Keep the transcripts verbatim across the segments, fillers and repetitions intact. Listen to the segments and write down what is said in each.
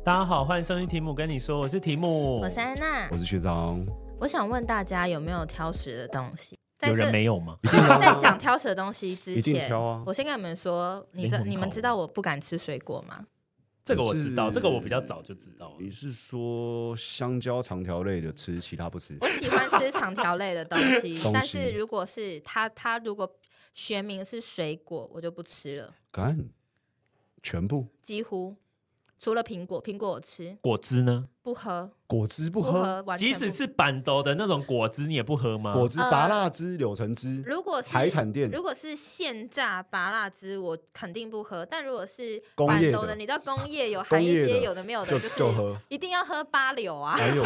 大家好，欢迎收听提姆跟你说，我是提姆， 我是安娜， 我是学长。 我想问大家有没有挑食的东西？ 有人没有吗？ 在讲挑食的东西之前， 一定挑啊！ 我先跟你们说，你知你们知道我不敢吃水果吗？ 这个我知道，这个我比较早就知道了。 你是说香蕉长条类的吃，其他不吃？ 我喜欢吃长条类的东西，但是如果是它它如果学名是水果，我就不吃了。 干，全部几乎除了苹果，苹果我吃。 果汁呢？ 不喝。 果汁不喝， 不喝完全不即使是板豆的那种果汁，你也不喝吗？ 果汁、芭乐汁、柳橙汁。 如果是海产店， 如果是现榨芭乐汁，我肯定不喝。但如果是工业的， 板豆的，你知道工业有含一些有的没有的， 就就喝， 一定要喝芭柳啊。 还有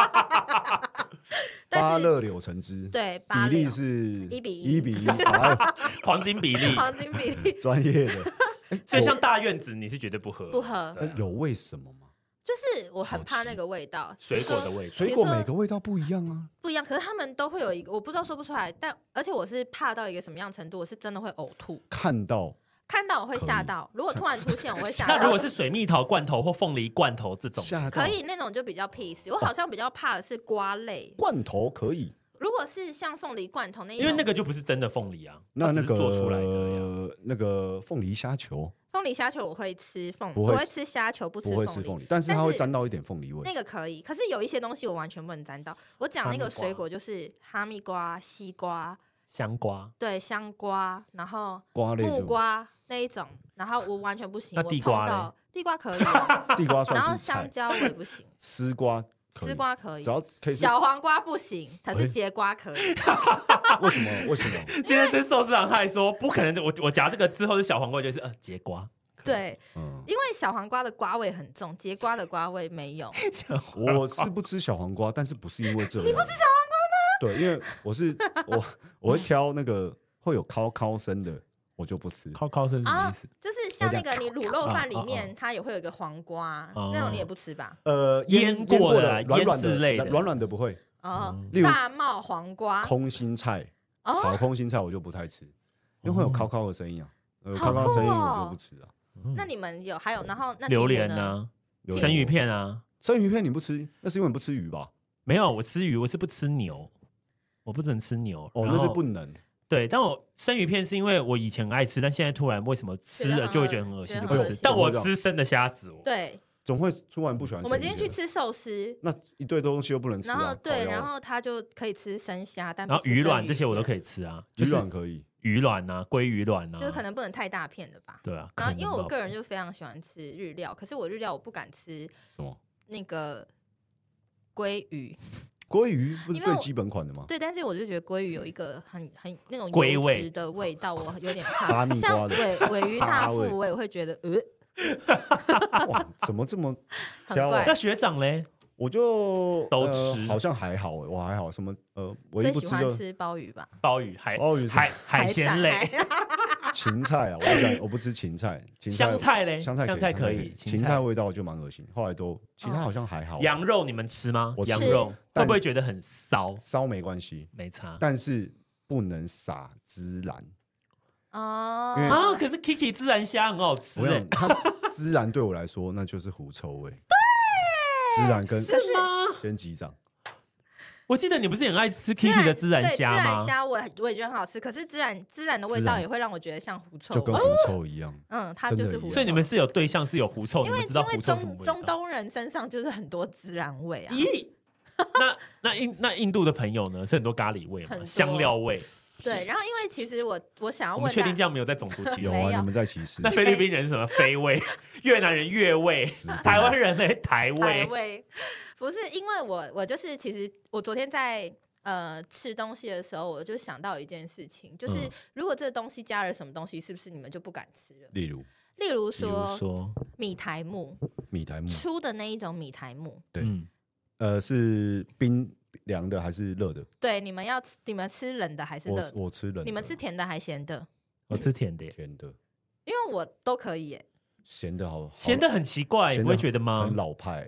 芭乐柳橙汁， 对， 比例是一比一， 一比一，哎黄金比例， 黄金比例， 专业的。 所以像大院子，你是绝对不喝， 不喝。 有为什么吗？ 就是我很怕那个味道， 水果的味道， 水果每个味道不一样啊， 不一样。可是他们都会有一个，我不知道说不出来，但而且我是怕到一个什么样程度，我是真的会呕吐。 看到看到我会吓到，如果突然出现，我会吓到。 那如果是水蜜桃罐头或凤梨罐头这种， 可以那种就比较 peace。我好像比较怕的是瓜类， 罐头可以。 如果是像凤梨罐头那一种， 因为那个就不是真的凤梨啊， 那那个做出来的那个凤梨虾球。 凤梨虾球我会吃凤， 不会我会吃虾球，不吃不会吃凤梨，但是它会沾到一点凤梨味。 那个可以，可是有一些东西我完全不能沾到。我讲那个水果就是哈密瓜、西瓜、 香瓜， 对，香瓜，然后瓜类木瓜那一种，然后我完全不行。 那地瓜嘞？ 地瓜可以，啊， 地瓜算是菜。 然后香蕉我也不行， 丝瓜。 丝瓜可以， 只要可以。 小黄瓜不行，可是节瓜可以。 为什么？为什么？ 今天吃寿司郎，他还说不可能，我我夹这个之后是小黄瓜，就是呃节瓜。 对，嗯，因为小黄瓜的瓜味很重，节瓜的瓜味没有。 我是不吃小黄瓜，但是不是因为这样。 你不吃小黄瓜吗？对，因为我是我我会挑那个会有烤烤声的。我就不吃。 烤烤是什么意思？ 啊，就是像那个你卤肉饭里面，它也会有一个黄瓜，那种你也不吃吧？ 呃， 腌过的、 软软之类的， 软软的不会。 哦，大帽黄瓜、 空心菜、炒空心菜我就不太吃，因为会有烤烤的声音啊。呃，烤烤声音我就不吃啊。 那你们有还有然后那榴莲呢？生鱼片啊？ 生鱼片你不吃，那是因为你不吃鱼吧？ 没有，我吃鱼，我是不吃牛，我不能吃牛。 哦，那是不能。 对，但我生鱼片是因为我以前爱吃，但现在突然为什么吃了就会觉得很恶心，就不吃。但我吃生的虾子， 对， 总会突然不喜欢。 我们今天去吃寿司， 那一堆东西又不能吃， 然后对，然后他就可以吃生虾，但然后鱼卵这些我都可以吃啊， 鱼卵可以， 鱼卵啊，鲑鱼卵啊， 就是可能不能太大片的吧。 对啊， 然后因为我个人就非常喜欢吃日料，可是我日料我不敢吃什么那个鲑鱼。 鲑鱼不是最基本款的吗？ 对，但是我就觉得鲑鱼有一个很很那种鲑油脂的味道，我有点怕。像尾尾鱼大腹，我也会觉得呃，哇，怎么这么挑啊？ 那学长嘞， 我就都吃， 好像还好，我还好。什么呃，我最喜欢吃鲍鱼吧？ 鲍鱼、海鲍鱼、 海海鲜类。 芹菜啊，我不敢，我不吃芹菜。 香菜嘞， 香菜香菜可以， 芹菜味道就蛮恶心。后来都其他好像还好。 羊肉你们吃吗？ 我吃羊肉会不会觉得很骚？ 骚没关系， 没差。 但是不能撒孜然。 哦啊，可是 Kiki 孜然虾很好吃哎。 它孜然对我来说那就是狐臭味。 对， 孜然跟是吗？ 先击掌。 我记得你不是很爱吃 Kiki 的孜然虾吗？ 孜然虾我我也觉得很好吃，可是孜然孜然的味道也会让我觉得像狐臭， 就跟狐臭一样。 嗯，它就是狐臭。 所以你们是有对象是有狐臭， 因为你们知道狐臭什么味道？中中东人身上就是很多孜然味啊。 咦？那那印那印度的朋友呢？是很多咖喱味吗？香料味。 对，然后因为其实我我想要问， 我们确定这样没有在种族歧视？ 有啊，你们在歧视。 那菲律宾人是什么非味？越南人越味，台湾人呢台味。 台味不是因为我我就是其实我昨天在呃吃东西的时候，我就想到一件事情，就是如果这个东西加了什么东西，是不是你们就不敢吃了？ 例如， 例如说， 例如说米苔目， 米苔目粗的那一种米苔目， 对，嗯、呃，是冰。凉的还是热的？ 对，你们要你们吃冷的还是热的？ 我, 我吃冷的。 你们吃甜的还是咸的？ 我吃甜的耶。 甜的， 因为我都可以耶。 咸的好， 咸的很奇怪，你不会觉得吗？ 很老派、欸。 不会，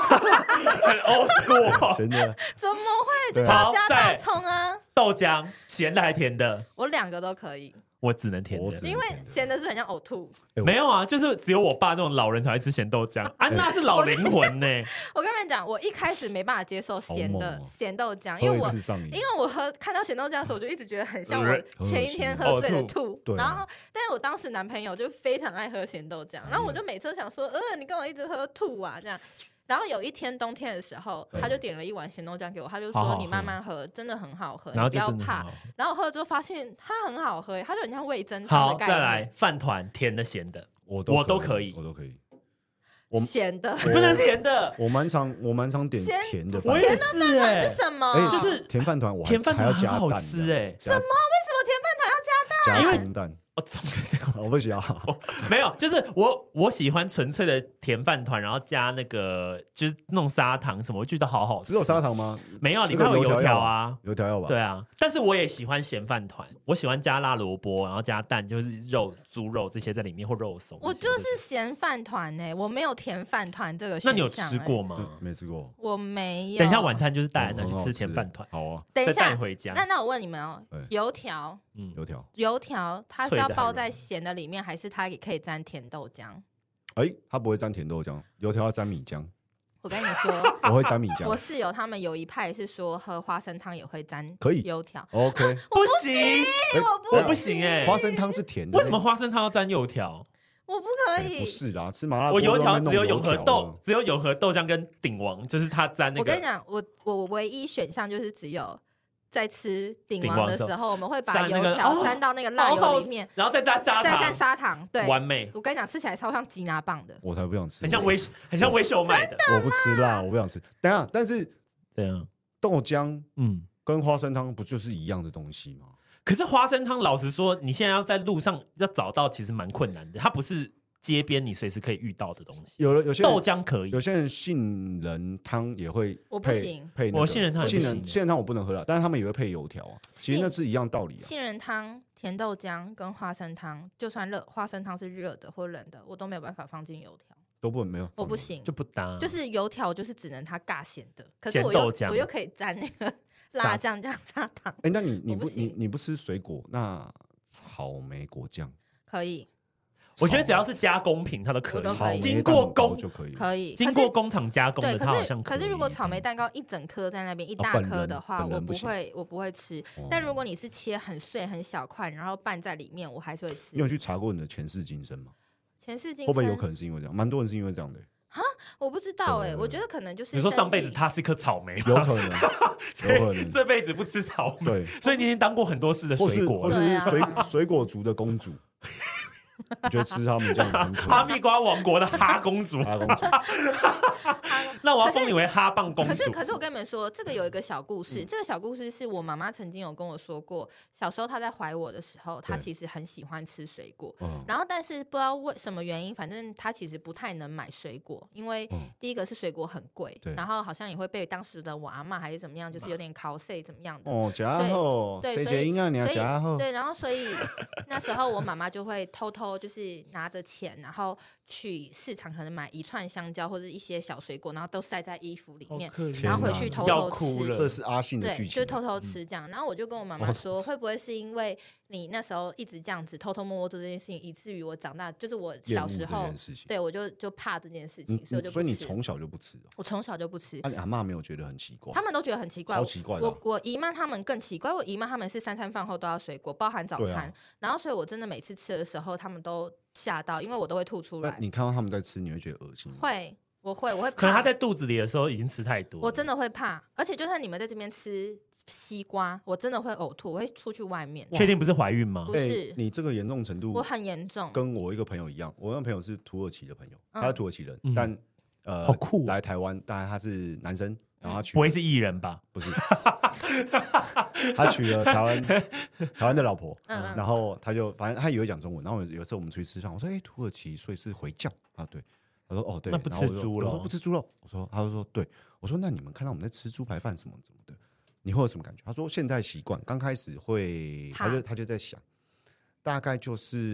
很 old school， 真的怎么会？就是要加大葱啊！ 豆浆咸的还甜的？我两个都可以。 我只能甜的， 因为咸的是很像呕吐。 没有啊，就是只有我爸那种老人才会吃咸豆浆。安娜是老灵魂呢。 我跟你们讲，我一开始没办法接受咸的咸豆浆，因为我因为我喝看到咸豆浆的时候，我就一直觉得很像我前一天喝醉的吐。然后，但是我当时男朋友就非常爱喝咸豆浆，然后我就每次都想说，呃，你干嘛一直喝吐啊？这样。然后有一天冬天的时候，他就点了一碗咸豆浆给我，他就说：“你慢慢喝，真的很好喝，你不要怕。”然后我喝了之后发现它很好喝，它就很像味噌汤的概念。 好，再来饭团，甜的、咸的， 我我都可以， 我都可以。 咸的不能甜的， 我蛮常我蛮常点甜的饭团。 甜的饭团是什么？ 就是甜饭团，我甜饭团还要加蛋， 吃哎？ 什么？为什么甜饭团要加蛋？ 加葱蛋。 我葱我不喜欢， 没有，就是我我喜欢纯粹的甜饭团，然后加那个就是弄砂糖什么，我觉得好好吃。 只有砂糖吗？ 没有，里面有油条啊， 油条要吧？ 对啊，但是我也喜欢咸饭团，我喜欢加辣萝卜，然后加蛋，就是肉、猪肉这些在里面或肉松。 我就是咸饭团哎，我没有甜饭团这个选项。 那你有吃过吗？ 没吃过， 我没有。 等一下晚餐就是带安娜去吃甜饭团， 好啊， 等一下带回家。 那那我问你们哦，油条， 嗯，油条， 油条它是要包在咸的里面，还是它也可以沾甜豆浆？ 哎，它不会沾甜豆浆，油条要沾米浆。 我跟你说， 我会沾米浆。 我室友他们有一派是说喝花生汤也会沾可以油条。 OK， 不行， 我不行哎， 花生汤是甜的， 为什么花生汤要沾油条？ 我不可以， 不是啦，吃麻辣我油条只有永和豆，只有永和豆浆跟鼎王，就是他沾那个。 我跟你讲，我我唯一选项就是只有。在吃鼎王的时候，我们会把油条沾到那个辣油里面， 然后再加砂糖， 再蘸砂糖，对， 完美。 我跟你讲，吃起来超像吉拿棒的， 我才不想吃， 很像微，很像微秀卖的。 我不吃辣，我不想吃。等下，但是这样豆浆， 嗯， 跟花生汤不就是一样的东西吗？ 可是花生汤，老实说，你现在要在路上要找到，其实蛮困难的。它不是街边你随时可以遇到的东西。 有有些豆浆可以， 有些人杏仁汤也会， 我不行， 配我杏仁汤杏仁杏仁汤我不能喝了，但是他们也会配油条啊。其实那是一样道理啊。 杏仁汤、甜豆浆跟花生汤，就算热花生汤是热的或冷的，我都没有办法放进油条。 都不能没有， 我不行， 就不搭。 就是油条，就是只能它尬咸的，可是我又我又可以沾那个辣酱加砂糖。 哎，那你你不你你不吃水果，那草莓果酱可以。 我觉得只要是加工品，它都可以。 经过工就可以， 可以经过工厂加工的，它好像可以。可是如果草莓蛋糕一整颗在那边一大颗的话，我不会，我不会吃。但如果你是切很碎很小块，然后拌在里面，我还是会吃。 你有去查过你的前世今生吗？ 前世今生会不会有可能是因为这样？蛮多人是因为这样的。 啊，我不知道哎，我觉得可能就是你说上辈子它是一颗草莓， 有可能，有可能这辈子不吃草莓， 对， 所以你已经当过很多事的水果， 或是水水果族的公主。我觉得吃他们这样很可哈密瓜王国的哈公主， 哈公主。 那我要封你为哈棒公主。 可是，可是我跟你们说，这个有一个小故事。嗯、这个小故事是我妈妈曾经有跟我说过，小时候她在怀我的时候，她其实很喜欢吃水果。然后，但是不知道为什么原因，反正她其实不太能买水果，因为第一个是水果很贵，然后好像也会被当时的我阿嬷还是怎么样，就是有点考税怎么样的。 哦，加厚， 对， 所以啊，你要加厚。 对，然后所以那时候我妈妈就会偷偷就是拿着钱，然后去市场可能买一串香蕉或者一些小水果，然后都塞在衣服里面，然后回去偷偷吃。 这是阿信的剧情， 就偷偷吃这样。然后我就跟我妈妈说，会不会是因为你那时候一直这样子偷偷摸摸做这件事情，以至于我长大，就是我小时候，对我就就怕这件事情，所以我就不吃。 所以你从小就不吃？ 我从小就不吃。 那你阿嬷没有觉得很奇怪？ 他们都觉得很奇怪， 超奇怪的。 我我姨妈他们更奇怪，我姨妈他们是三餐饭后都要水果，包含早餐。然后所以我真的每次吃的时候，他们都吓到，因为我都会吐出来。 你看到他们在吃，你会觉得恶心吗？ 会，我会，我会怕。 可能他在肚子里的时候已经吃太多， 我真的会怕。而且就算你们在这边吃西瓜，我真的会呕吐，我会出去外面。 确定不是怀孕吗？ 不是， 你这个严重程度， 我很严重。 跟我一个朋友一样，我那个朋友是土耳其的朋友， 嗯、 他是土耳其人，嗯、但呃， 好酷、哦， 来台湾，当然他是男生。然后他娶不会是艺人吧？ 不是，他娶了台湾台湾的老婆，嗯、然后他就反正他也会讲中文。然后有一次我们出去吃饭，我说：“哎、欸，土耳其所以是回教啊？”对，他说：“哦，对。” 那不吃猪肉？ 我說我說不吃猪肉。我說，他就說對。我說那你們看到我們在吃豬排飯什麼什麼的，你會有什麼感覺？他說現在習慣，剛開始會，他就他就在想，大概就是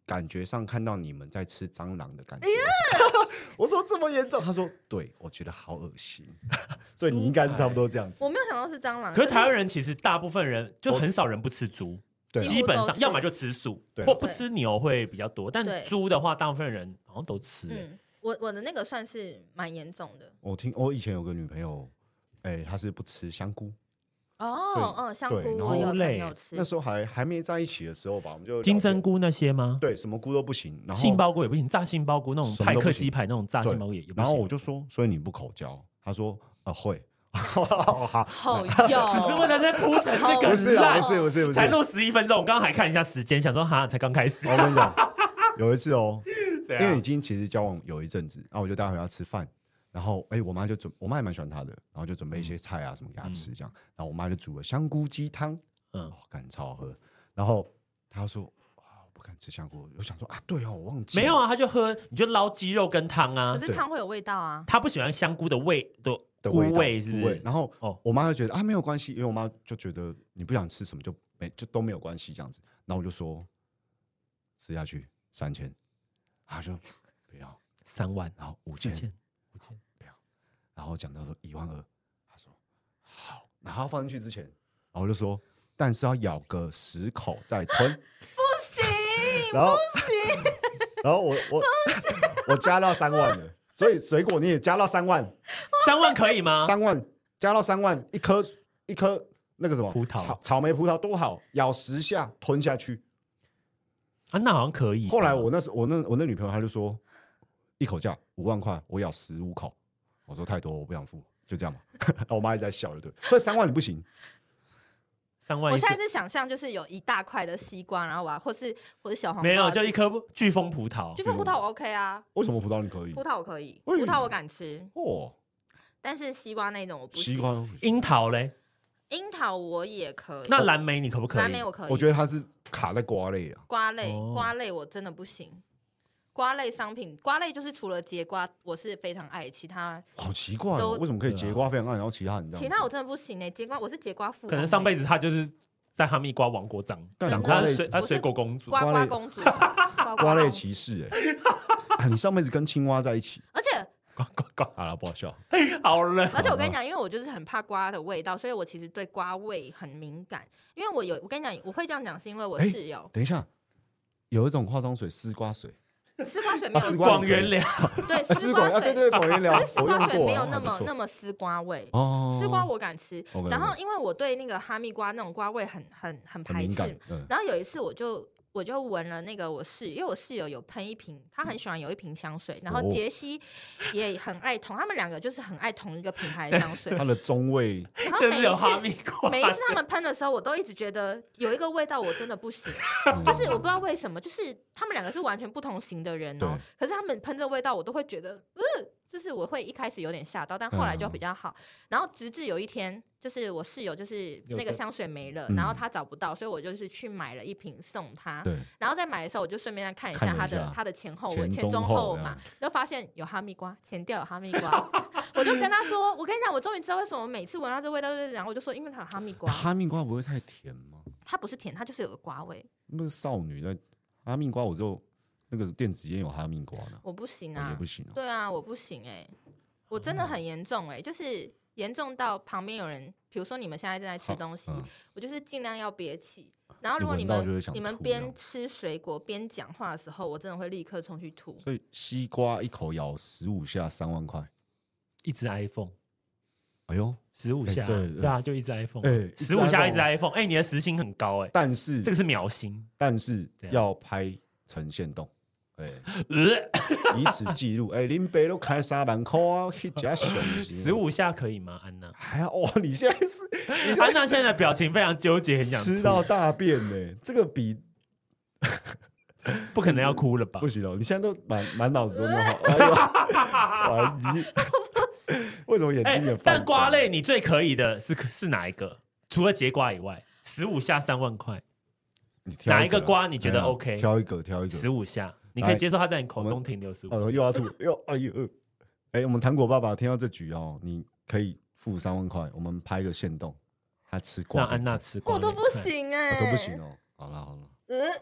感觉上看到你们在吃蟑螂的感觉。我说这么严重，他说对，我觉得好恶心。所以你应该是差不多这样子。 我没有想到是蟑螂， 可是台湾人其实大部分人就很少人不吃猪，基本上要么就吃素，或不吃牛会比较多，但猪的话，大部分人好像都吃、欸嗯。我我的那个算是蛮严重的。 我听我以前有个女朋友，哎、欸，她是不吃香菇。 哦，嗯，香菇我有朋友吃。 那时候还还没在一起的时候吧，我们就金针菇那些吗？ 对，什么菇都不行。然后杏鲍菇也不行，炸杏鲍菇那种派克鸡排那种炸杏鲍菇也也不行。 然后我就说，所以你不口交？他说，呃，会。 好笑， 只是为了在铺陈这个， 不是啊，不是不是不是， 才录十一分钟。我刚刚还看一下时间，想说哈，才刚开始。 我跟你讲，有一次哦，因为已经其实交往有一阵子，然后我就带她回家吃饭。然后，哎、欸，我妈就准，我妈也蛮喜欢他的，然后就准备一些菜啊什么给他吃，这样。嗯、然后我妈就煮了香菇鸡汤，嗯，哦，感超好喝。然后她说，啊，我不敢吃香菇。我想说啊，对哦，我忘记了。 没有啊，他就喝，你就捞鸡肉跟汤啊。 可是汤会有味道啊。 他不喜欢香菇的味的菇味，是不是？ 然后，哦，我妈就觉得啊，没有关系，因为我妈就觉得你不想吃什么就没就都没有关系这样子。然后我就说，吃下去三千，她就不要三万， 然后五千。 五千然后讲到说一万二，他说好，然后放进去之前，然后我就说，但是要咬个十口再吞， 不行， 然后不行， 然后我我我加到三万了，所以水果你也加到三万， 三万可以吗？ 三万加到三万，一颗一颗那个什么葡萄草草莓葡萄多好，咬十下吞下去啊，那好像可以。 后来我那时我那我那女朋友她就说，一口价五万块，我咬十五口。我说太多，我不想付，就这样嘛。然后我妈一直在笑，对，所以三万你不行。 三万， 我现在是想象就是有一大块的西瓜，然后我或是或是小黄瓜， 没有，就一颗飓风葡萄。 飓风葡萄我 OK 啊。 为什么葡萄你可以？ 葡萄我可以，葡萄我敢吃。 哦， 但是西瓜那种我不行。 西瓜、 樱桃嘞？ 樱桃我也可以。 那蓝莓你可不可以？ 蓝莓我可以。 我觉得它是卡在瓜类啊。 瓜类，瓜类我真的不行。瓜类商品，瓜类就是除了节瓜，我是非常爱，其他好奇怪哦，为什么可以节瓜非常爱，然后其他你知道？ 其他我真的不行哎，节瓜我是节瓜妇， 可能上辈子他就是在哈密瓜王国长， 长瓜类， 他水果公主， 瓜瓜公主， 瓜类歧视哎，你上辈子跟青蛙在一起， 而且瓜瓜瓜， 好了，不好笑， 好了。 而且我跟你讲，因为我就是很怕瓜的味道，所以我其实对瓜味很敏感。因为我有，我跟你讲，我会这样讲是因为我室友， 等一下，有一种化妆水丝瓜水。 丝瓜水没有广元疗， 对丝瓜水， 对对广元疗， 可是丝瓜水没有那么那么丝瓜味。丝瓜我敢吃，然后因为我对那个哈密瓜那种瓜味很很很排斥。然后有一次我就我就闻了那个我室，因为我室友有喷一瓶，他很喜欢有一瓶香水，然后杰西也很爱同，他们两个就是很爱同一个品牌的香水。 它的中味就是有哈密瓜。 每一次他们喷的时候，我都一直觉得有一个味道我真的不行，就是我不知道为什么，就是他们两个是完全不同型的人哦，可是他们喷这味道我都会觉得，嗯、呃，就是我会一开始有点嚇到，但后来就比较好。然后直至有一天，就是我室友就是那个香水没了，然后他找不到，所以我就是去买了一瓶送他。然后在买的时候，我就顺便再看一下他的他的前后文、前中后嘛，然后发现有哈密瓜，前调有哈密瓜，我就跟他说：“我跟你讲，我终于知道为什么每次闻到这味道就是这样。”我就说：“因为它有哈密瓜。” 哈密瓜不会太甜吗？ 它不是甜，它就是有个瓜味。 那个少女的哈密瓜，我就那个电子烟有哈密瓜的， 我不行啊， 也不行、啊。 对啊，我不行哎、欸，我真的很严重哎、欸，就是严重到旁边有人，比如说你们现在正在吃东西，嗯、我就是尽量要憋气。然后如果你们你们边吃水果边讲话的时候，我真的会立刻冲去吐。 所以西瓜一口咬十五下，三万块， 一只 iPhone。 哎呦， 十五下， 欸、 对啊，就一只 iPhone，十五、欸、下一只 iPhone， 哎、欸，你的时薪很高哎、欸， 但是这个是秒薪， 但是要拍成限动，哎、欸，以此记录，哎、欸，林北都开三万块啊，去加熊， 十五下可以吗？安娜， 还要哇，你现在是， 安娜现在的表情非常纠结，很想吃到大便呢、欸，这个比不可能要哭了吧？ 不行哦，你现在都满满脑子都那么好，哎呦，你为什么眼睛也、欸？ 但瓜类你最可以的是是哪一个？除了节瓜以外，十五下三万块，哪一个瓜你觉得 OK？ 挑一个，挑一个， 十五下，你可以接受它在你口中停留十五下。 呃，又要吐，又哎呦，哎、欸，我们糖果爸爸听到这局哦，你可以付三万块，我们拍个限动，他吃瓜， 让安娜吃瓜， 我都不行哎、 欸，都不行哦。好了好了，嗯，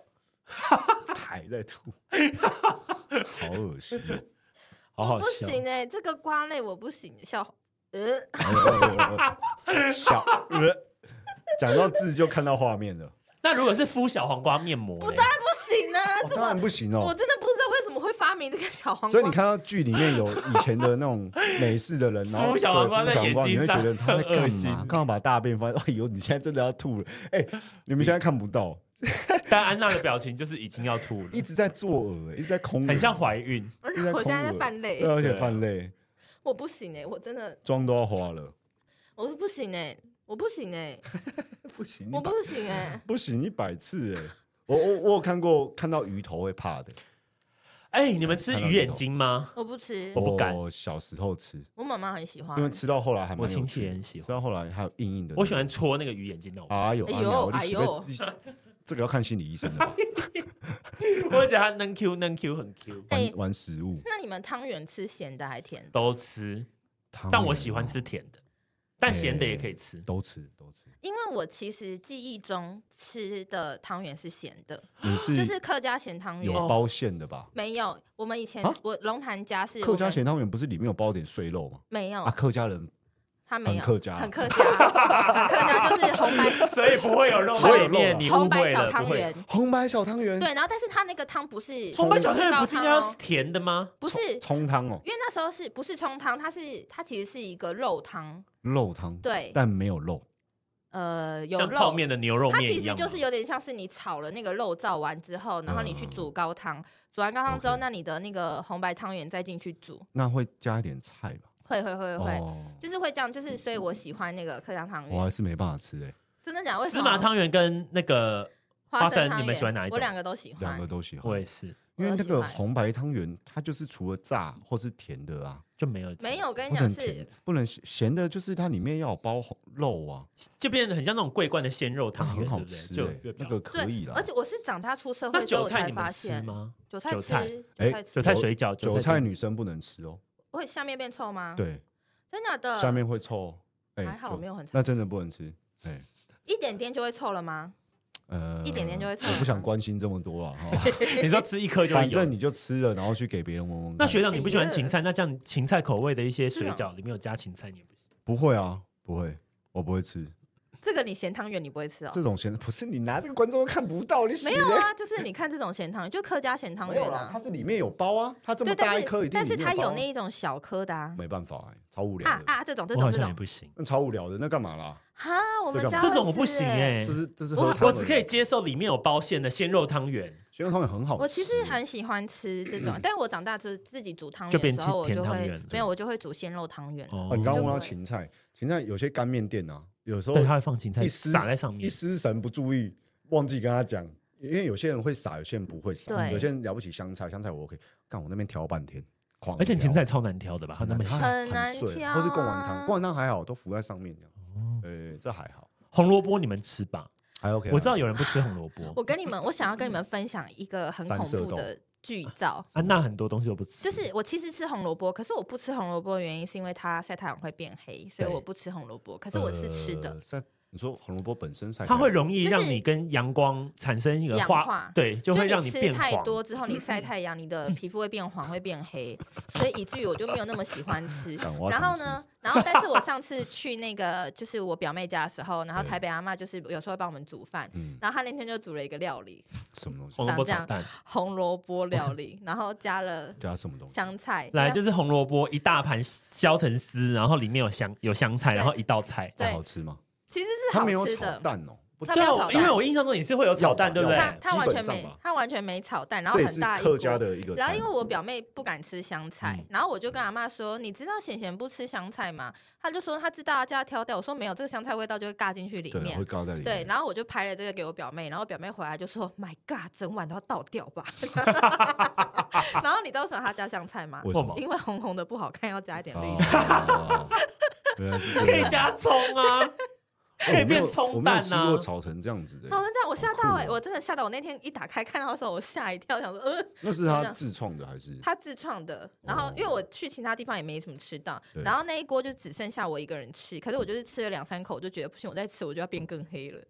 还在吐，好恶心， 好好笑。 不行哎、欸，这个瓜类我不行，小呃， 小呃，讲到字就看到画面了。 那如果是敷小黄瓜面膜， 我当然不行啊， 哦、当然不行哦。 我真的不知道为什么会发明这个小黄瓜。 所以你看到剧里面有以前的那种美式的人，然后敷小黄瓜在眼睛上， 你会觉得他在干嘛？刚好把大便放，哎呦，你现在真的要吐了！哎、欸，你们现在看不到， 但安娜的表情就是已经要吐了， 一直在作呕，一直在空， 很像怀孕。 我现在在泛泪， 对，而且泛泪。 我不行哎、欸，我真的妆都要花了。 我不行哎、欸。我不行哎、欸， 不行， 我不行哎、欸， 不行一百次哎、欸，我我我有看过，看到鱼头会怕的。 哎、欸，你们吃鱼眼睛吗？ 我不吃， 我不敢。 我小时候吃， 我妈妈很喜欢， 因为吃到后来还蛮有趣， 我亲戚也很喜欢， 吃到后来还有硬硬的、那個。 我喜欢戳那个鱼眼睛的。 哎呦哎呦哎呦， 这个要看心理医生的吧。 我觉得它能 Q 能 Q 很 Q， 玩玩食物。 那你们汤圆吃咸的还甜的？ 都吃，但我喜欢吃甜的。但咸的也可以吃， 都吃都吃。 因为我其实记忆中吃的汤圆是咸的， 你是就是客家咸汤圆， 有包馅的吧？ 没有，我们以前、啊、我龙潭家是客家咸汤圆，不是里面有包点碎肉吗？ 没有啊，客家人他没有很客家， 很客家，很客家就是红白， 所以不会有肉在里面，你误会了， 红白小汤圆， 红白小汤圆， 对，然后但是它那个汤不是红白小汤圆，不是应该要是甜的吗？ 不是葱汤哦， 因为那时候是不是葱汤？它是它其实是一个肉汤。 肉汤对， 但没有肉， 呃，有肉， 像泡面的牛肉面一样， 它其实就是有点像是你炒了那个肉燥完之后，然后你去煮高汤，嗯、煮完高汤之后， okay. 那你的那个红白汤圆再进去煮， 那会加一点菜吧？ 会会会会、 哦， 就是会这样，就是所以我喜欢那个客家汤圆， 我还是没办法吃哎、欸， 真的假的？为什么？ 芝麻汤圆跟那个花生，你们喜欢哪一种？ 我两个都喜欢， 两个都喜欢， 我也是。 因为那个红白汤圆，它就是除了炸或是甜的啊， 就没有没有。我跟你讲是不能咸的，就是它里面要有包肉啊， 就变得很像那种桂冠的鲜肉汤圆， 很好吃、欸，就那个可以啦。 而且我是长大出社会之后才发现吗？ 韭菜吃， 哎， 韭菜水饺， 韭菜女生不能吃哦。 会下面变臭吗？ 对， 真的的， 下面会臭。 哎，还好没有很臭， 那真的不能吃。哎， 一点点就会臭了吗？呃，一点点就会臭。 我不想关心这么多了哈。 你说吃一颗就有， 反正你就吃了，然后去给别人闻闻。 那学长你不喜欢芹菜，那这样芹菜口味的一些水饺里面有加芹菜，你也不行？ 不会啊，不会，我不会吃。 这个你咸汤圆你不会吃哦？ 这种咸不是你拿这个观众都看不到，你没有啊？就是你看这种咸汤圆，就客家咸汤圆啊， 它是里面有包啊，它这么大一颗一定但是它有那一种小颗的啊， 没办法哎，超无聊啊啊！这种这种这种也不行， 那超无聊的，那干嘛啦？ 哈，我们家这种我不行哎， 这是这是我我只可以接受里面有包馅的鲜肉汤圆， 鲜肉汤圆很好吃。 我其实很喜欢吃这种，但我长大之后自己煮汤圆的时候，我就会没有，我就会煮鲜肉汤圆。 哦，你刚刚问到芹菜，芹菜有些干面店啊。有时候他会放芹菜撒在上面， 一失神不注意，忘记跟他讲，因为有些人会撒，有些人不会撒，有些人了不起香菜，香菜我 OK， 干我那边挑半天，狂而且芹菜超难挑的吧， 很难很难挑， 或是贡丸汤，贡丸汤还好，都浮在上面这样，呃，这还好。 红萝卜你们吃吧， 还 OK， 我知道有人不吃红萝卜。 我跟你们，我想要跟你们分享一个很恐怖的剧照。 安娜很多东西都不吃， 就是我其实吃红萝卜，可是我不吃红萝卜的原因是因为它晒太阳会变黑，所以我不吃红萝卜。可是我是吃的。 呃你说红萝卜本身晒， 它会容易让你跟阳光产生一个氧化， 对，就会让你变黄。 吃太多之后，你晒太阳，你的皮肤会变黄，会变黑，所以以至于我就没有那么喜欢吃。然后呢，然后但是我上次去那个就是我表妹家的时候，然后台北阿嬷就是有时候会帮我们煮饭，然后她那天就煮了一个料理， 什么东西？ 红萝卜炒蛋， 红萝卜料理，然后加了加什么东西？ 香菜。 来就是红萝卜一大盘削成丝，然后里面有香有香菜，然后一道菜， 好吃吗？ 其实是好吃的， 它没有炒蛋哦， 它没有炒蛋， 因为我印象中也是会有炒蛋，对不对？ 它完全没，它完全没炒蛋，然后很大一锅。然后因为我表妹不敢吃香菜，然后我就跟阿嬷说：“你知道贤贤不吃香菜吗？”她就说：“她知道，叫她挑掉。”我说：“没有，这个香菜味道就会尬进去里面， 会尬在里面。” 对，然后我就拍了这个给我表妹，然后表妹回来就说 ：“My God， 整碗都要倒掉吧。”然后你知道为什么她加香菜吗？ 为什么？ 因为红红的不好看，要加一点绿色。 原来是这样， 可以加葱啊。可以变葱蛋啊！我没有吃过炒成这样子的， 炒成这样我吓到哎、欸！我真的吓到，我那天一打开看到的时候，我吓一跳，想说呃， 那是他自创的还是？ 他自创的。然后因为我去其他地方也没什么吃到，然后那一锅就只剩下我一个人吃，可是我就是吃了两三口，我就觉得不行，我再吃我就要变更黑了。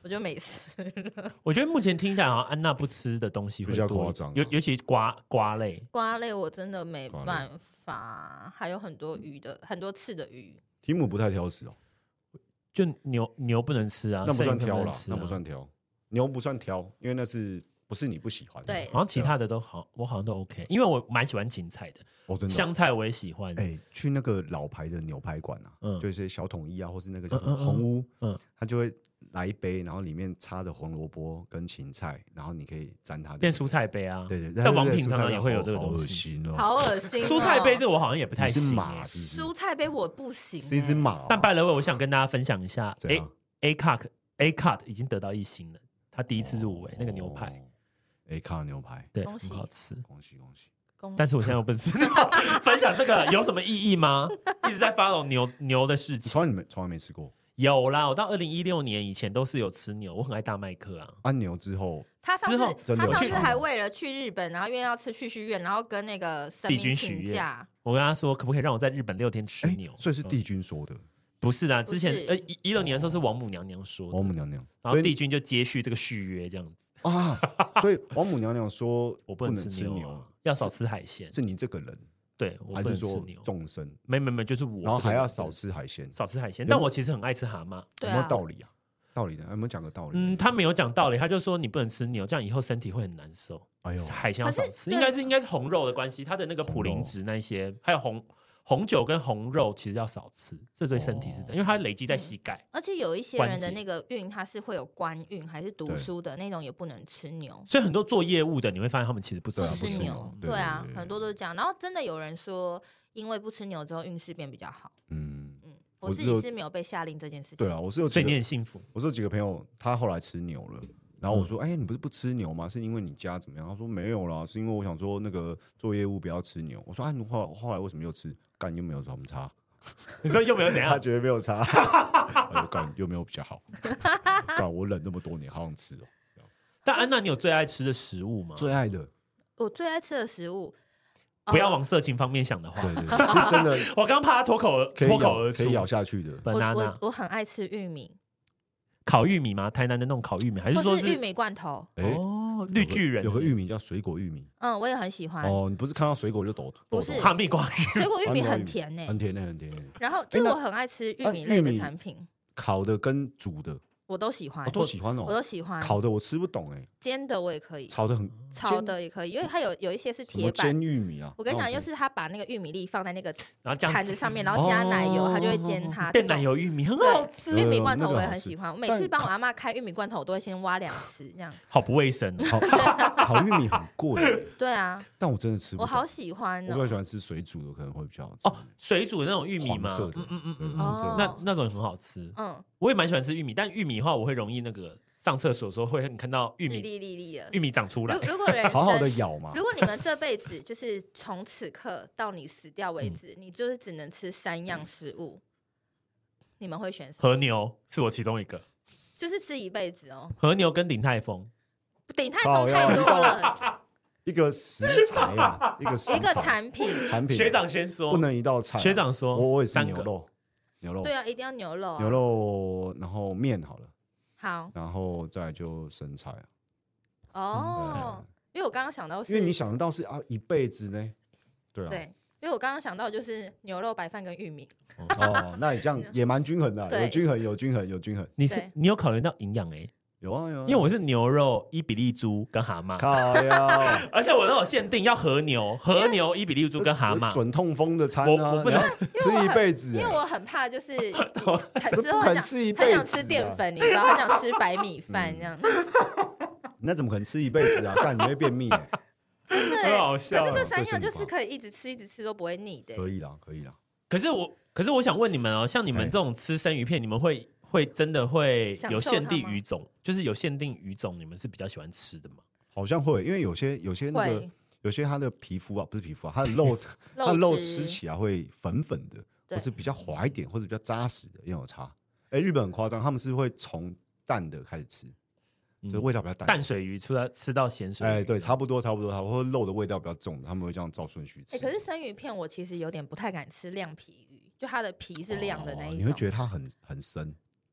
我就没吃了。 我觉得目前听下来，好像安娜不吃的东西会多，比较夸张，尤尤其瓜瓜类， 瓜类我真的没办法。还有很多鱼的，很多刺的鱼。 提姆不太挑食哦， 就牛牛不能吃啊， 那不算挑了， 那不算挑，牛不算挑，因为那是。不是你不喜欢的， 对， 好像其他的都好，我好像都 OK， 因为我蛮喜欢芹菜的， 哦，真的， 香菜我也喜欢。 哎、欸，去那个老牌的牛排馆啊，嗯，就一些小统一啊，或是那个叫什么红屋，嗯，嗯他就会来一杯，然后里面插着红萝卜跟芹菜，然后你可以沾它的变蔬菜杯啊， 对对对， 但王品常常也会有这个东西， 好恶心哦， 好恶心、哦。 蔬菜杯这个我好像也不太行、欸， 是马是是蔬菜杯我不行、欸， 是一只马、哦。 但拜了位，我想跟大家分享一下 ，A A cut A cut 已经得到一星了，他第一次入围、哦、那个牛排。 A 卡牛排， 对，很好吃， 恭喜恭喜！ 但是我现在又不吃，分享这个有什么意义吗？一直在发动牛牛的事情， 从来你们从来没吃过？ 有啦，我到二零一六年以前都是有吃牛，我很爱大麦克啊。 按牛之后， 他上次他上次还为了去日本，然后因为要吃旭旭苑，然后跟那个帝君许愿，我跟他说可不可以让我在日本六天吃牛？ 所以是帝君说的。 不是啦，之前呃一六年的时候是王母娘娘说的， 王母娘娘， 然后帝君就接续这个续约这样子啊，所以王母娘娘说我不能吃牛、啊，要少吃海鲜。 是你这个人， 对，我不能吃牛。 众生没没没，就是我， 然后还要少吃海鲜， 少吃海鲜。但我其实很爱吃蛤蟆， 有没有道理啊？道理的有没有讲个道理？ 嗯，他没有讲道理，他就说你不能吃牛，这样以后身体会很难受。哎呦，海鲜要少吃，应该是应该是红肉的关系，它的那个普林质那些，还有红。红酒跟红肉其实要少吃，这对身体是这样，因为它累积在膝盖。 而且有一些人的那个运，它是会有官运还是读书的那种，也不能吃牛。 所以很多做业务的，你会发现他们其实不吃吃牛。对啊，很多都是这样。然后真的有人说，因为不吃牛之后运势变比较好。嗯嗯，我自己是没有被下令这件事情。 对啊，我是有， 所以你很幸福。 我是有几个朋友，他后来吃牛了。然后我说：“哎、欸，你不是不吃牛吗？是因为你家怎么样？”他说：“没有啦，是因为我想说那个做业务不要吃牛。”我说：“啊，你后后来为什么又吃？干又没有什么差。” 你说又没有怎样？ 他觉得没有差。他说：“干又没有比较好。干我忍那么多年，好想吃哦。” 但安娜，你有最爱吃的食物吗？ 最爱的， 我最爱吃的食物， 不要往色情方面想的话， 对对对，真的。 我刚怕他脱口脱口而出， 可以咬下去的。 我我我很爱吃玉米。 烤玉米吗？台南的那种烤玉米，还是说是玉米罐头？ 哦，绿巨人有个玉米叫水果玉米， 嗯，我也很喜欢。 哦，你不是看到水果就抖？ 不是哈密瓜， 水果玉米很甜呢， 很甜的，很甜。 然后就我很爱吃玉米类的产品， 烤的跟煮的我都喜欢， 我都喜欢哦， 我都喜欢。 烤的我吃不懂哎， 煎的我也可以， 炒的很， 炒的也可以，因为它有有一些是铁板煎玉米啊。 我跟你讲，就是他把那个玉米粒放在那个盘子上面，然后加奶油，他就会煎它。 变奶油玉米很好吃， 玉米罐头我也很喜欢。我每次帮我阿嬷开玉米罐头，我都会先挖两次，这样。 好不卫生哦，烤玉米很贵。 对啊， 但我真的吃不懂。 我好喜欢哦， 我比较喜欢吃水煮的，可能会比较好吃。 哦，水煮的那种玉米吗？ 嗯嗯嗯嗯，那那种很好吃。嗯，我也蛮喜欢吃玉米，但玉米的话，我会容易那个上厕所的时候会你看到玉米粒粒粒的玉米长出来。 如果人生好好的咬嘛， 如果你们这辈子就是从此刻到你死掉为止，你就是只能吃三样食物，你们会选什么？ 和牛是我其中一个， 就是吃一辈子哦。 和牛跟鼎泰丰， 鼎泰丰太多了。 一个食材啊，一个食材一个产品， 产品。 学长先说， 不能一道菜。 学长说， 我我也是牛肉，牛肉。 对啊，一定要牛肉。 牛肉，然后面好了。 好。 然后再就生菜啊。哦，因为我刚刚想到是， 因为你想得到是啊一辈子呢，对啊。 对，因为我刚刚想到就是牛肉、白饭跟玉米。 哦，那你这样也蛮均衡的，有均衡，有均衡，有均衡。 你是你有考虑到营养哎？ 有啊有啊， 因为我是牛肉、伊比利猪跟蛤蟆， 靠呀！ 而且我都有限定要和牛、和牛、伊比利猪跟蛤蟆， 准痛风的餐啊， 我我不能吃一辈子， 因为我很怕就是之后很想吃一辈子，很想吃淀粉，你知道，很想吃白米饭这样。 那怎么可能吃一辈子啊？干你会便秘哎！ 很好笑。 可是这三样就是可以一直吃、一直吃都不会腻的。 可以啦，可以啦。 可是我，可是我想问你们哦，像你们这种吃生鱼片，你们会？会真的会有限定鱼种，就是有限定鱼种，你们是比较喜欢吃的吗？ 好像会，因为有些有些那个有些它的皮肤啊，不是皮肤啊，它的肉它的肉吃起来会粉粉的，或是比较滑一点，或者比较扎实的，也有差。哎、欸，日本很夸张，他们是会从淡的开始吃，嗯、就是味道比较淡。 淡水鱼出来吃到咸水鱼，哎、 欸，对，差不多差不多，差不多，或者肉的味道比较重的，他们会这样照顺序吃。 哎、欸，可是生鱼片我其实有点不太敢吃亮皮鱼，就它的皮是亮的那一种，哦、 你会觉得它很很深。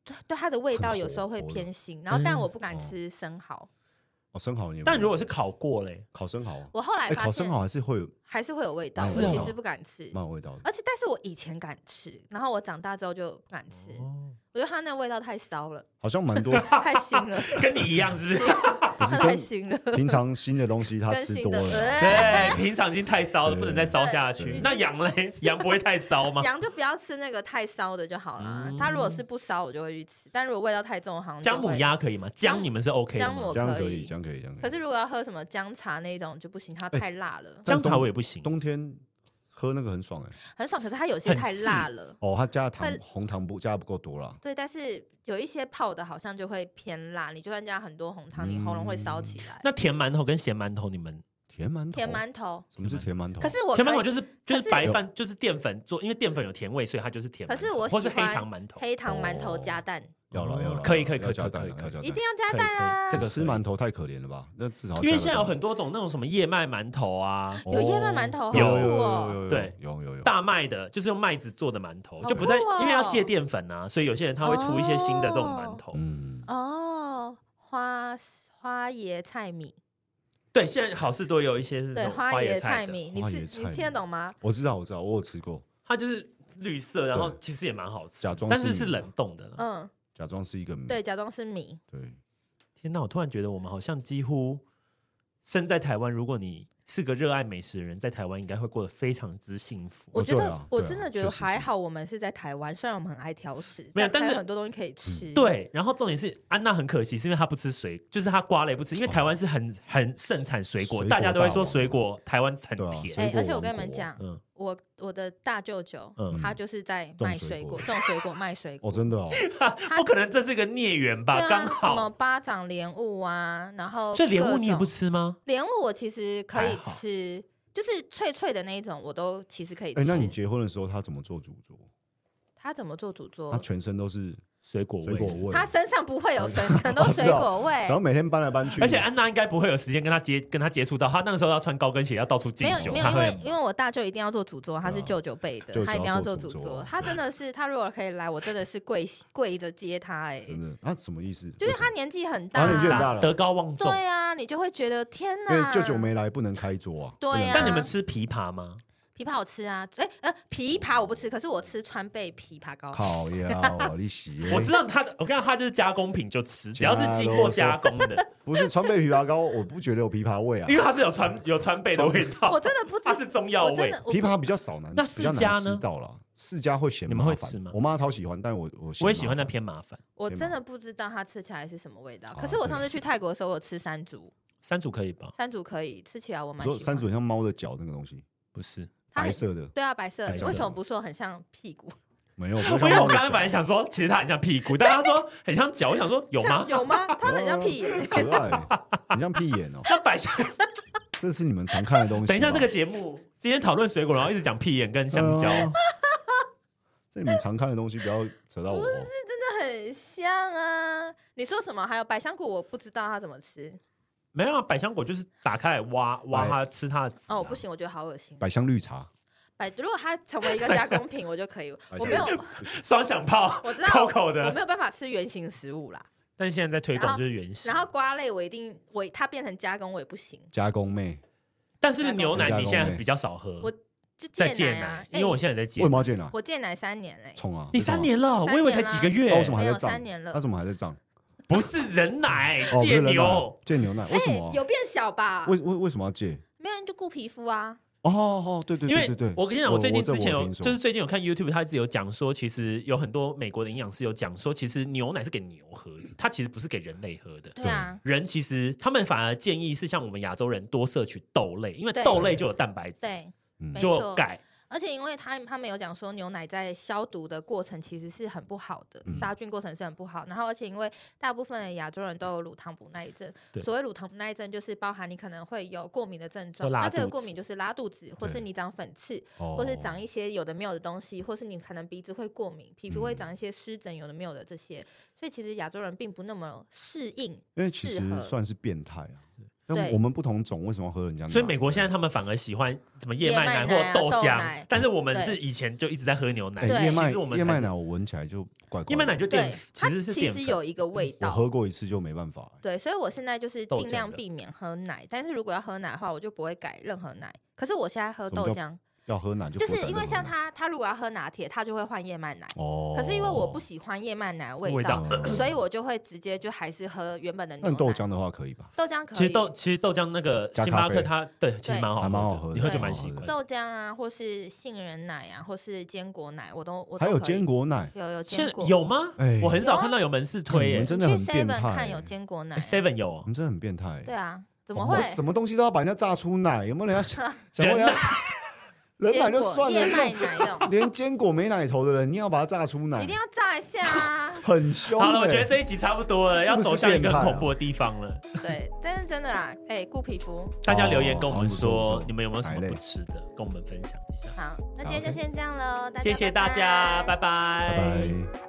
对它的味道有时候会偏腥，然后但我不敢吃生蚝。 哦，生蚝你， 但如果是烤过嘞， 烤生蚝， 我后来发现、欸、 烤生蚝还是会有， 还是会有味道，我其实不敢吃， 蛮有味道的。 而且，但是我以前敢吃，然后我长大之后就不敢吃，哦、我觉得它那味道太骚了， 好像蛮多， 太腥了， 跟你一样是不是？ 不是太腥了， 平常腥的东西它吃多了， 对，平常已经太骚了，不能再烧下去。那羊嘞，羊不会太骚吗？ 羊就不要吃那个太骚的就好了。嗯、它如果是不烧，我就会去吃，但如果味道太重，好像姜母鸭可以吗？姜你们是 OK 的吗？ 姜可以，姜可以，姜可以。 可是如果要喝什么姜茶那种就不行，它太辣了。 姜、欸、茶我也不行， 冬天喝那个很爽哎、欸， 很爽。可是它有些太辣了哦，它加的糖红糖不加的不够多啦。 对，但是有一些泡的好像就会偏辣，你就算加很多红糖，你喉咙会烧起来。 那甜馒头跟咸馒头，你们甜馒头？ 甜馒头？ 什么是甜馒头？ 可是我甜馒头就是就是白饭，就是淀粉做，因为淀粉有甜味，所以它就是甜馒头。 可是我或是黑糖馒头， 黑糖馒头加蛋。 要了要了， 可以可以可以可以可以， 一定要加蛋啊！ 这个吃馒头太可怜了吧？那至少因为现在有很多种那种什么燕麦馒头啊， 有燕麦馒头， 有有有对， 有有有大麦的，就是用麦子做的馒头，就不在，因为要戒淀粉啊，所以有些人他会出一些新的这种馒头。 嗯哦，花花椰菜米， 对，现在好事多有一些是花椰菜米，你吃你听得懂吗？ 我知道我知道，我有吃过， 它就是绿色，然后其实也蛮好吃， 假装但是是冷冻的， 嗯。 假装是一个米， 对，假装是米。 对， 天哪！我突然觉得我们好像几乎身在台湾，如果你是个热爱美食的人，在台湾应该会过得非常之幸福。 我觉得， 哦啊、 我真的觉得还好，我们是在台湾，虽然我们很爱挑食， 没有， 但是很多东西可以吃。 嗯、对，然后重点是安娜很可惜，是因为她不吃水，就是她瓜类不吃，因为台湾是很、哦、很盛产水果， 水果大家都会说水果台湾很甜。 哎、欸，而且我跟你们讲，嗯。我我的大舅舅，嗯、他就是在卖水果，种水果卖水果。 哦，真的哦， 不可能，这是个孽缘吧？刚、啊、好什么巴掌莲雾啊，然后所以莲雾你也不吃吗？ 莲雾我其实可以吃，就是脆脆的那一种，我都其实可以吃。 哎、欸，那你结婚的时候他怎么做主桌？ 他怎么做主桌？ 他全身都是水果味， 水果味。 他身上不会有水，很多水果味。 然后每天搬来搬去， 而且安娜应该不会有时间跟他接跟他接触到。他那个时候要穿高跟鞋，要到处敬酒。 没有没有，因为因为我大舅一定要做主桌，他是舅舅辈的， 啊、 他一定要做主桌。他真的是，他如果可以来，我真的是跪跪着接他。哎， 真的，他什么意思？ 就是他年纪很大、啊， 年纪很大了， 德高望重。 对啊，你就会觉得天哪， 因为舅舅没来，不能开桌啊。 对啊， 但你们吃枇杷吗？ 枇杷我吃啊，哎、欸、呃，枇杷我不吃，可是我吃川贝枇杷膏。 靠腰，你洗！ 我知道他，我看到他就是加工品就吃，只要是经过加工的， 不是川贝枇杷膏，我不觉得有枇杷味啊， 因为它是有川有川贝的味道。 我真的不知， 它是中药味， 枇杷比较少难， 那释迦呢？ 知道了，释迦会嫌麻烦， 你们会吃吗？ 我妈超喜欢，但我我我也喜欢，但偏麻烦。 我真的不知道它吃起来是什么味道。可是我上次去泰国的时候，我吃山竹， 山竹可以吧？ 山竹可以吃起来，我蛮喜欢。 山竹很像猫的脚那个东西， 不是？ 白色的， 对啊，白色的。为什么不说很像屁股？ 没有，因为我刚才本来想说，其实它很像屁股，但他说很像脚，我想说有吗？ 有吗？它很像屁眼， 可爱，很像屁眼哦。 那百香， 这是你们常看的东西。 等一下，这个节目今天讨论水果，然后一直讲屁眼跟香蕉， 这你们常看的东西，不要扯到我。 不是，真的很像啊！你说什么？还有百香果，我不知道它怎么吃。 没有啊，百香果就是打开来挖挖它，吃它的籽、啊。 哦，不行，我觉得好恶心。 百香绿茶， 百如果它成为一个加工品，我就可以。我没有双响炮， 我知道口口的， 我没有办法吃原形食物啦。 但是现在在推广就是原形。 然后瓜类我一定我它变成加工我也不行。 加工妹， 但是牛奶你现在比较少喝。 我就在戒奶，因为我现在在戒。 为什么要戒奶？ 我戒奶三年嘞。 冲啊！ 你三年了，我以为才几个月。 为什么还在涨？ 三年了， 那怎么还在涨？ 不是人奶，戒牛， 戒牛奶，为什么？ 有变小吧？ 为为为什么要戒？ 没有人就顾皮肤啊。 哦哦，对对对对对。 我跟你讲，我最近之前有，就是最近有看 YouTube， 他一直有讲说，其实有很多美国的营养师有讲说，其实牛奶是给牛喝的，它其实不是给人类喝的。 对啊。 人其实他们反而建议是像我们亚洲人多摄取豆类，因为豆类就有蛋白质， 对， 就有钙。 而且因为他他们有讲说牛奶在消毒的过程其实是很不好的，嗯、杀菌过程是很不好。然后而且因为大部分的亚洲人都有乳糖不耐症，所谓乳糖不耐症就是包含你可能会有过敏的症状，那这个过敏就是拉肚子，或是你长粉刺，或是长一些有的没有的东西，或是你可能鼻子会过敏，皮肤会长一些湿疹，有的没有的这些。所以其实亚洲人并不那么适应， 因为其实算是变态啊。 那我们不同种，为什么要喝人家？ 所以美国现在他们反而喜欢什么燕麦奶或豆浆，但是我们是以前就一直在喝牛奶。 燕麦我们燕麦奶我闻起来就怪怪。 燕麦奶就淀，其实是其实有一个味道。 我喝过一次就没办法。 对，所以我现在就是尽量避免喝奶，但是如果要喝奶的话，我就不会改任何奶。可是我现在喝豆浆。 要喝奶就就是因为像他，他如果要喝拿铁，他就会换燕麦奶。哦。可是因为我不喜欢燕麦奶的味道，所以我就会直接就还是喝原本的牛奶。 那豆浆的话可以吧？ 豆浆可以。 其实豆其实豆浆那个星巴克它对其实蛮好， 蛮好喝的， 你喝就蛮习惯。 豆浆啊，或是杏仁奶啊，或是坚果奶，我都我还有坚果奶， 有有坚果有吗？我很少看到有门市推， 你真的很变态。 去 seven 看有坚果奶 ，seven 有， 你们真的很变态。 对啊，怎么会？ 什么东西都要把人家榨出奶？有没有人要想？想问人家？人奶就算了， 燕麦奶那种， 连坚果没奶头的人，你要把它榨出奶， 一定要榨一下啊！ 很凶。 好了，我觉得这一集差不多了，要走向一个很恐怖的地方了。 对，但是真的啊，哎，顾皮肤。 大家留言跟我们说，你们有没有什么不吃的，跟我们分享一下。 好，那今天就先这样喽， 谢谢大家，拜拜， 拜拜。